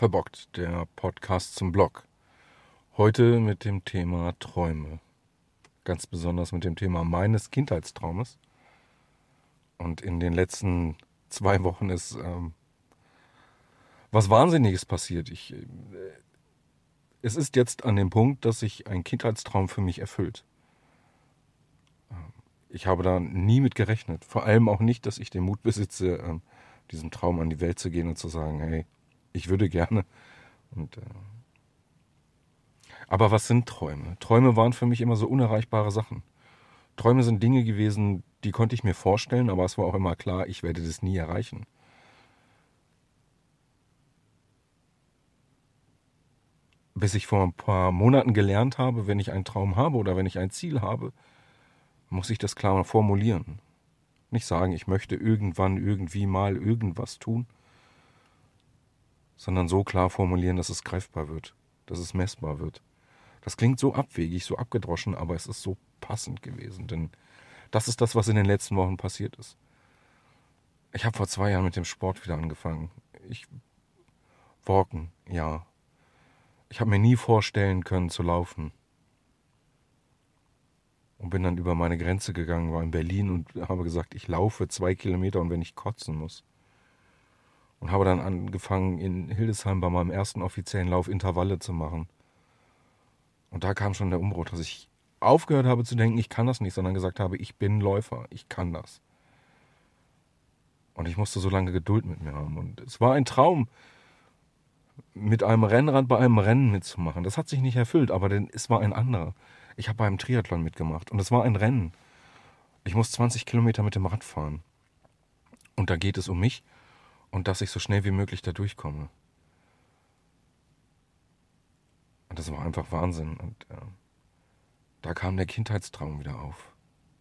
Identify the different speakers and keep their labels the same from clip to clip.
Speaker 1: Verbockt, der Podcast zum Blog. Heute mit dem Thema Träume. Ganz besonders mit dem Thema meines Kindheitstraumes. Und in den letzten 2 Wochen ist was Wahnsinniges passiert. Es ist jetzt an dem Punkt, dass sich ein Kindheitstraum für mich erfüllt. Ich habe da nie mit gerechnet. Vor allem auch nicht, dass ich den Mut besitze, diesem Traum an die Welt zu gehen und zu sagen, hey, ich würde gerne. Aber was sind Träume? Träume waren für mich immer so unerreichbare Sachen. Träume sind Dinge gewesen, die konnte ich mir vorstellen, aber es war auch immer klar, ich werde das nie erreichen. Bis ich vor ein paar Monaten gelernt habe, wenn ich einen Traum habe oder wenn ich ein Ziel habe, muss ich das klar formulieren. Nicht sagen, ich möchte irgendwann, irgendwie mal irgendwas tun, sondern so klar formulieren, dass es greifbar wird, dass es messbar wird. Das klingt so abwegig, so abgedroschen, aber es ist so passend gewesen, denn das ist das, was in den letzten Wochen passiert ist. Ich habe vor 2 Jahren mit dem Sport wieder angefangen. Walken, ja. Ich habe mir nie vorstellen können zu laufen. Und bin dann über meine Grenze gegangen, war in Berlin und habe gesagt, ich laufe 2 Kilometer und wenn ich kotzen muss. Und habe dann angefangen, in Hildesheim bei meinem ersten offiziellen Lauf Intervalle zu machen. Und da kam schon der Umbruch, dass ich aufgehört habe zu denken, ich kann das nicht, sondern gesagt habe, ich bin Läufer, ich kann das. Und ich musste so lange Geduld mit mir haben. Und es war ein Traum, mit einem Rennrad bei einem Rennen mitzumachen. Das hat sich nicht erfüllt, aber es war ein anderer. Ich habe bei einem Triathlon mitgemacht und es war ein Rennen. Ich muss 20 Kilometer mit dem Rad fahren. Und da geht es um mich und dass ich so schnell wie möglich da durchkomme. Und das war einfach Wahnsinn. Und da kam der Kindheitstraum wieder auf.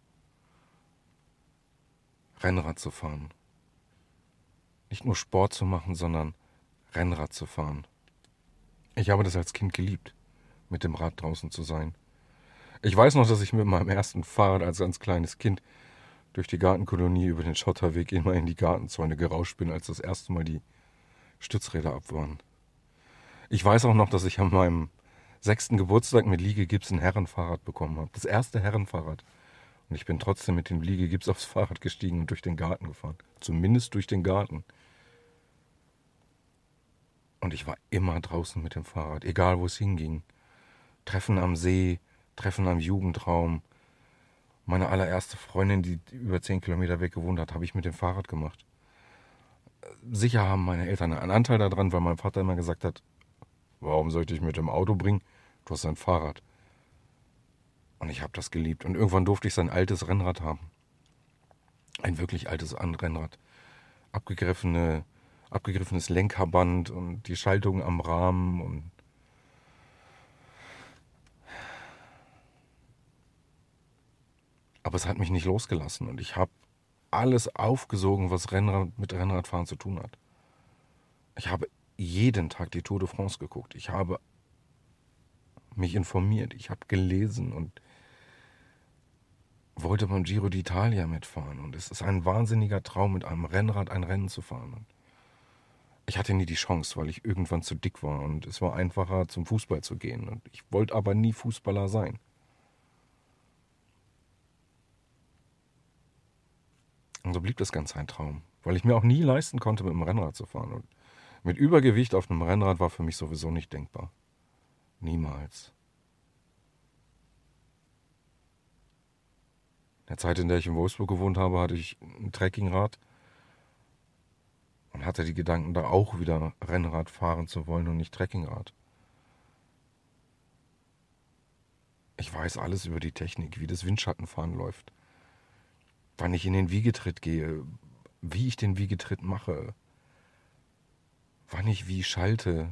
Speaker 1: Rennrad zu fahren. Nicht nur Sport zu machen, sondern Rennrad zu fahren. Ich habe das als Kind geliebt, mit dem Rad draußen zu sein. Ich weiß noch, dass ich mit meinem ersten Fahrrad als ganz kleines Kind durch die Gartenkolonie über den Schotterweg immer in die Gartenzäune gerauscht bin, als das erste Mal die Stützräder ab waren. Ich weiß auch noch, dass ich an meinem 6. Geburtstag mit Liegegips ein Herrenfahrrad bekommen habe. Das erste Herrenfahrrad. Und ich bin trotzdem mit dem Liegegips aufs Fahrrad gestiegen und durch den Garten gefahren. Zumindest durch den Garten. Und ich war immer draußen mit dem Fahrrad, egal wo es hinging. Treffen am See, Treffen am Jugendraum. Meine allererste Freundin, die über 10 Kilometer weg gewohnt hat, habe ich mit dem Fahrrad gemacht. Sicher haben meine Eltern einen Anteil daran, weil mein Vater immer gesagt hat, warum soll ich dich mit dem Auto bringen? Du hast ein Fahrrad. Und ich habe das geliebt. Und irgendwann durfte ich sein altes Rennrad haben. Ein wirklich altes Rennrad. Abgegriffenes Lenkerband und die Schaltung am Rahmen. Aber es hat mich nicht losgelassen. Und ich habe alles aufgesogen, was mit Rennradfahren zu tun hat. Ich habe jeden Tag die Tour de France geguckt. Ich habe mich informiert. Ich habe gelesen und wollte beim Giro d'Italia mitfahren. Und es ist ein wahnsinniger Traum, mit einem Rennrad ein Rennen zu fahren. Und ich hatte nie die Chance, weil ich irgendwann zu dick war. Und es war einfacher, zum Fußball zu gehen. Und ich wollte aber nie Fußballer sein. Und so blieb das Ganze ein Traum. Weil ich mir auch nie leisten konnte, mit dem Rennrad zu fahren. Und mit Übergewicht auf einem Rennrad war für mich sowieso nicht denkbar. Niemals. In der Zeit, in der ich in Wolfsburg gewohnt habe, hatte ich ein Trekkingrad und hatte die Gedanken, da auch wieder Rennrad fahren zu wollen und nicht Trekkingrad. Ich weiß alles über die Technik, wie das Windschattenfahren läuft, wann ich in den Wiegetritt gehe, wie ich den Wiegetritt mache, wann ich wie schalte.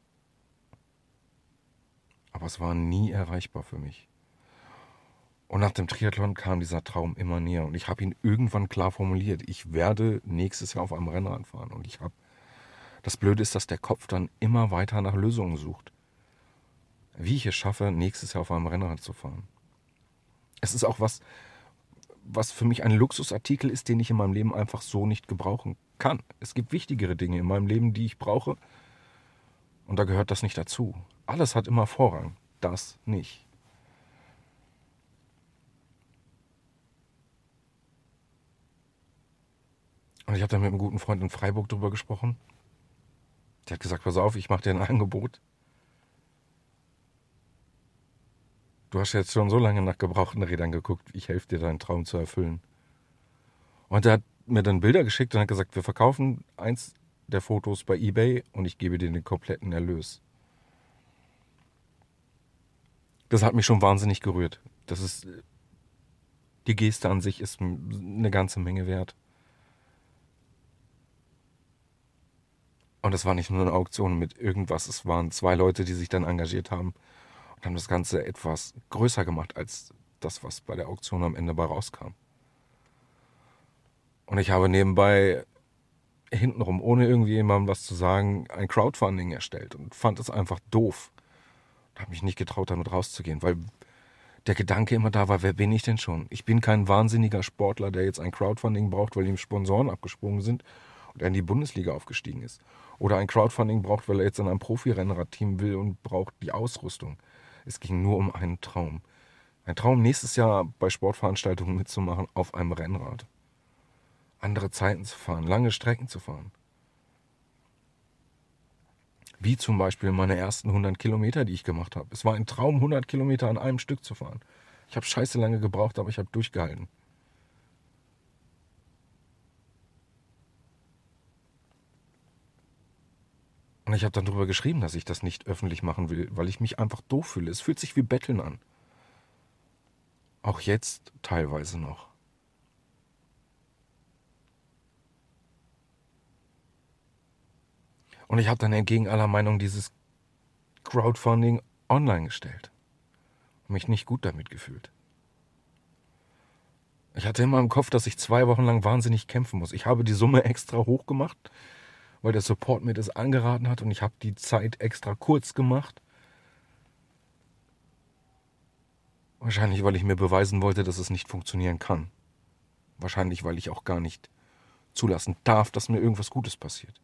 Speaker 1: Aber es war nie erreichbar für mich. Und nach dem Triathlon kam dieser Traum immer näher. Und ich habe ihn irgendwann klar formuliert. Ich werde nächstes Jahr auf einem Rennrad fahren. Und das Blöde ist, dass der Kopf dann immer weiter nach Lösungen sucht. Wie ich es schaffe, nächstes Jahr auf einem Rennrad zu fahren. Es ist auch was für mich ein Luxusartikel ist, den ich in meinem Leben einfach so nicht gebrauchen kann. Es gibt wichtigere Dinge in meinem Leben, die ich brauche. Und da gehört das nicht dazu. Alles hat immer Vorrang. Das nicht. Und ich habe dann mit einem guten Freund in Freiburg drüber gesprochen. Der hat gesagt, pass auf, ich mache dir ein Angebot. Du hast jetzt schon so lange nach gebrauchten Rädern geguckt, ich helfe dir, deinen Traum zu erfüllen. Und er hat mir dann Bilder geschickt und hat gesagt, wir verkaufen eins der Fotos bei eBay und ich gebe dir den kompletten Erlös. Das hat mich schon wahnsinnig gerührt. Die Geste an sich ist eine ganze Menge wert. Und es war nicht nur eine Auktion mit irgendwas, es waren 2 Leute, die sich dann engagiert haben und haben das Ganze etwas größer gemacht als das, was bei der Auktion am Ende bei rauskam. Und ich habe nebenbei hintenrum, ohne irgendwie jemandem was zu sagen, ein Crowdfunding erstellt und fand es einfach doof. Und habe mich nicht getraut, damit rauszugehen, weil der Gedanke immer da war, wer bin ich denn schon? Ich bin kein wahnsinniger Sportler, der jetzt ein Crowdfunding braucht, weil ihm Sponsoren abgesprungen sind und er in die Bundesliga aufgestiegen ist. Oder ein Crowdfunding braucht, weil er jetzt in ein Profi-Rennradteam will und braucht die Ausrüstung. Es ging nur um einen Traum. Ein Traum, nächstes Jahr bei Sportveranstaltungen mitzumachen auf einem Rennrad. Andere Zeiten zu fahren, lange Strecken zu fahren. Wie zum Beispiel meine ersten 100 Kilometer, die ich gemacht habe. Es war ein Traum, 100 Kilometer an einem Stück zu fahren. Ich habe scheiße lange gebraucht, aber ich habe durchgehalten. Und ich habe dann darüber geschrieben, dass ich das nicht öffentlich machen will, weil ich mich einfach doof fühle. Es fühlt sich wie Betteln an. Auch jetzt teilweise noch. Und ich habe dann entgegen aller Meinung dieses Crowdfunding online gestellt. Und mich nicht gut damit gefühlt. Ich hatte immer im Kopf, dass ich 2 Wochen lang wahnsinnig kämpfen muss. Ich habe die Summe extra hoch gemacht, weil der Support mir das angeraten hat und ich habe die Zeit extra kurz gemacht. Wahrscheinlich, weil ich mir beweisen wollte, dass es nicht funktionieren kann. Wahrscheinlich, weil ich auch gar nicht zulassen darf, dass mir irgendwas Gutes passiert.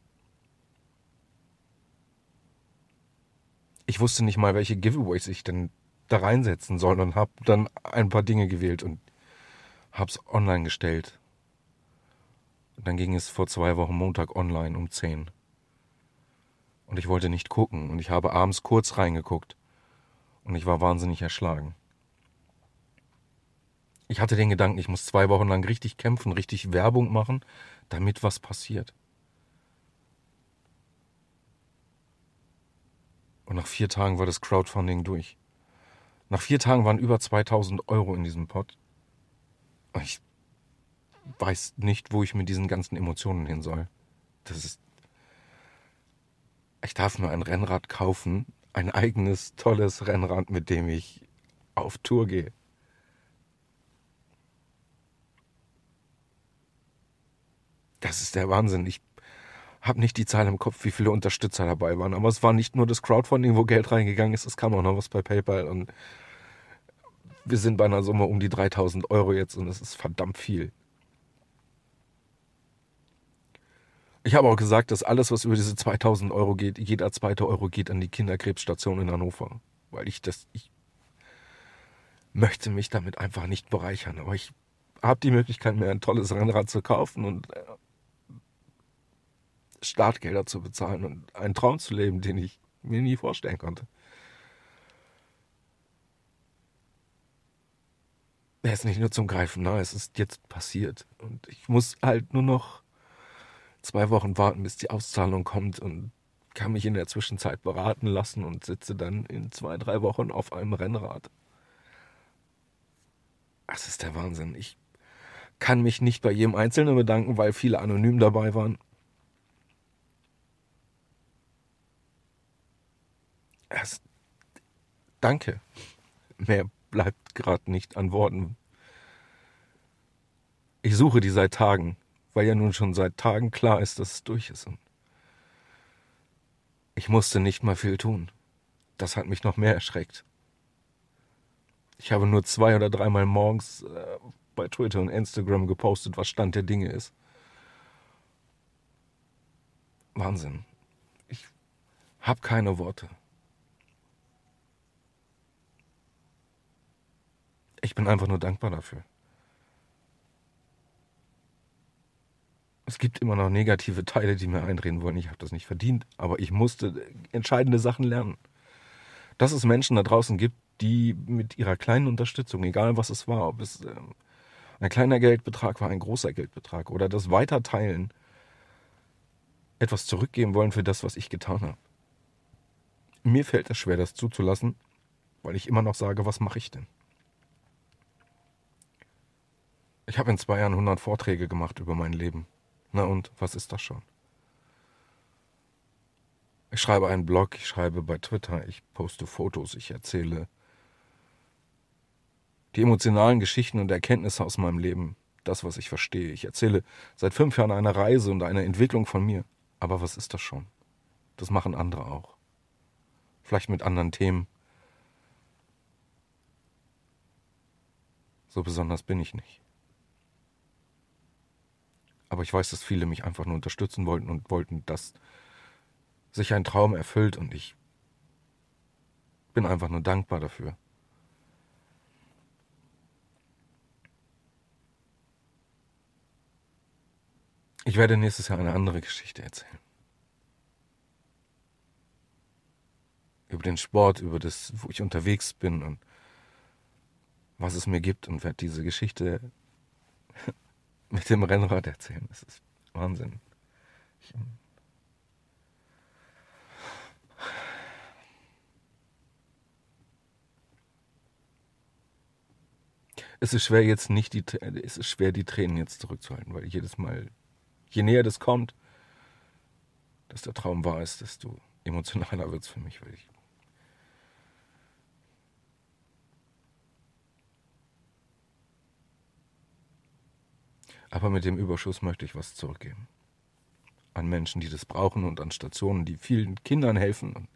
Speaker 1: Ich wusste nicht mal, welche Giveaways ich denn da reinsetzen soll und habe dann ein paar Dinge gewählt und habe es online gestellt. Und dann ging es vor 2 Wochen Montag online um 10. Und ich wollte nicht gucken und ich habe abends kurz reingeguckt und ich war wahnsinnig erschlagen. Ich hatte den Gedanken, ich muss 2 Wochen lang richtig kämpfen, richtig Werbung machen, damit was passiert. Und nach 4 Tagen war das Crowdfunding durch. Nach 4 Tagen waren über 2000 Euro in diesem Pot. Und ich weiß nicht, wo ich mit diesen ganzen Emotionen hin soll. Ich darf mir ein Rennrad kaufen, ein eigenes, tolles Rennrad, mit dem ich auf Tour gehe. Das ist der Wahnsinn. Ich habe nicht die Zahl im Kopf, wie viele Unterstützer dabei waren. Aber es war nicht nur das Crowdfunding, wo Geld reingegangen ist. Es kam auch noch was bei PayPal. Und wir sind bei einer Summe um die 3000 Euro jetzt. Und es ist verdammt viel. Ich habe auch gesagt, dass alles, was über diese 2000 Euro geht, jeder zweite Euro geht an die Kinderkrebsstation in Hannover. Weil ich möchte mich damit einfach nicht bereichern. Aber ich habe die Möglichkeit, mir ein tolles Rennrad zu kaufen und Startgelder zu bezahlen und einen Traum zu leben, den ich mir nie vorstellen konnte. Er ist nicht nur zum Greifen nahe, es ist jetzt passiert. Und ich muss halt nur noch 2 Wochen warten, bis die Auszahlung kommt und kann mich in der Zwischenzeit beraten lassen und sitze dann in 2, 3 Wochen auf einem Rennrad. Das ist der Wahnsinn. Ich kann mich nicht bei jedem Einzelnen bedanken, weil viele anonym dabei waren. Danke. Mehr bleibt gerade nicht an Worten. Ich suche die seit Tagen, weil ja nun schon seit Tagen klar ist, dass es durch ist. Und ich musste nicht mal viel tun. Das hat mich noch mehr erschreckt. Ich habe nur 2 oder 3 Mal morgens bei Twitter und Instagram gepostet, was Stand der Dinge ist. Wahnsinn. Ich Hab keine Worte. Ich bin einfach nur dankbar dafür. Es gibt immer noch negative Teile, die mir einreden wollen, ich habe das nicht verdient, aber ich musste entscheidende Sachen lernen. Dass es Menschen da draußen gibt, die mit ihrer kleinen Unterstützung, egal was es war, ob es ein kleiner Geldbetrag war, ein großer Geldbetrag oder das Weiterteilen, etwas zurückgeben wollen für das, was ich getan habe. Mir fällt es schwer, das zuzulassen, weil ich immer noch sage, was mache ich denn? Ich habe in 2 Jahren 100 Vorträge gemacht über mein Leben. Na und, was ist das schon? Ich schreibe einen Blog, ich schreibe bei Twitter, ich poste Fotos, ich erzähle die emotionalen Geschichten und Erkenntnisse aus meinem Leben, das, was ich verstehe. Ich erzähle seit 5 Jahren eine Reise und eine Entwicklung von mir. Aber was ist das schon? Das machen andere auch. Vielleicht mit anderen Themen. So besonders bin ich nicht. Aber ich weiß, dass viele mich einfach nur unterstützen wollten und wollten, dass sich ein Traum erfüllt und ich bin einfach nur dankbar dafür. Ich werde nächstes Jahr eine andere Geschichte erzählen. Über den Sport, über das, wo ich unterwegs bin und was es mir gibt und werde diese Geschichte mit dem Rennrad erzählen. Das ist Wahnsinn. Es ist schwer jetzt nicht es ist schwer die Tränen jetzt zurückzuhalten, weil jedes Mal, je näher das kommt, dass der Traum wahr ist, desto emotionaler wird es für mich, weil ich aber mit dem Überschuss möchte ich was zurückgeben. An Menschen, die das brauchen und an Stationen, die vielen Kindern helfen. Und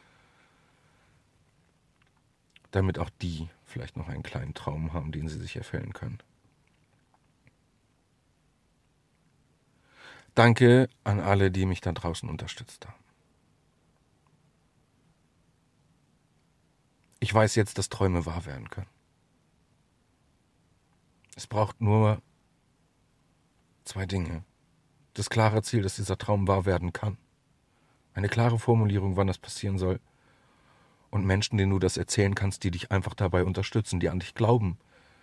Speaker 1: damit auch die vielleicht noch einen kleinen Traum haben, den sie sich erfüllen können. Danke an alle, die mich da draußen unterstützt haben. Ich weiß jetzt, dass Träume wahr werden können. Es braucht nur 2 Dinge. Das klare Ziel, dass dieser Traum wahr werden kann. Eine klare Formulierung, wann das passieren soll. Und Menschen, denen du das erzählen kannst, die dich einfach dabei unterstützen, die an dich glauben.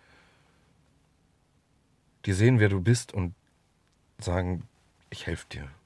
Speaker 1: Die sehen, wer du bist und sagen, ich helfe dir.